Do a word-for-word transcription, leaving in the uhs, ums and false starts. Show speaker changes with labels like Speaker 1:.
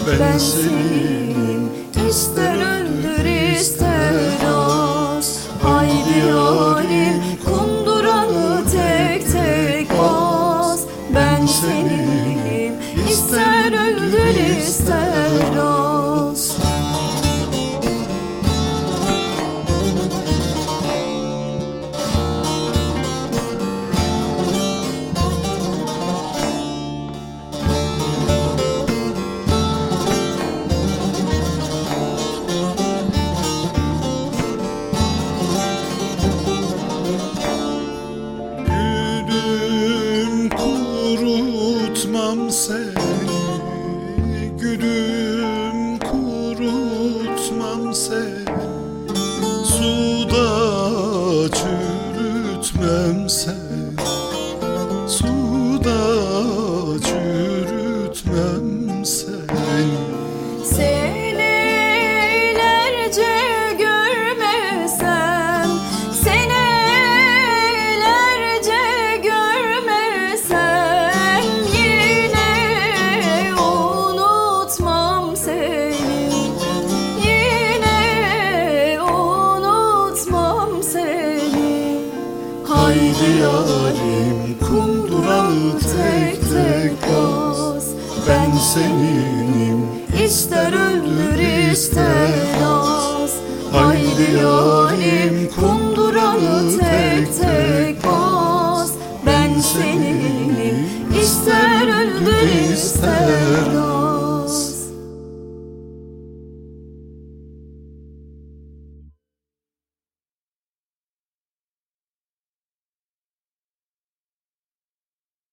Speaker 1: ben seninim. İster öldür ister az. Haydi yarim kunduranı tek tek bas. Ben seninim. İster öldür ister az.
Speaker 2: Kurutmam seni, gülüm kurutmam seni. Suda çürütmem seni, suda çürütmem seni.
Speaker 1: Senelerce görmesem, senelerce görmesem, yine unutmam seni, yine unutmam seni.
Speaker 2: Haydi yarim kunduranı tek tek bas. Ben seninim,
Speaker 1: İster öldür ister az.
Speaker 2: haydi yarim kunduranı tek tek bas.
Speaker 1: Ben seninim. İster öldür ister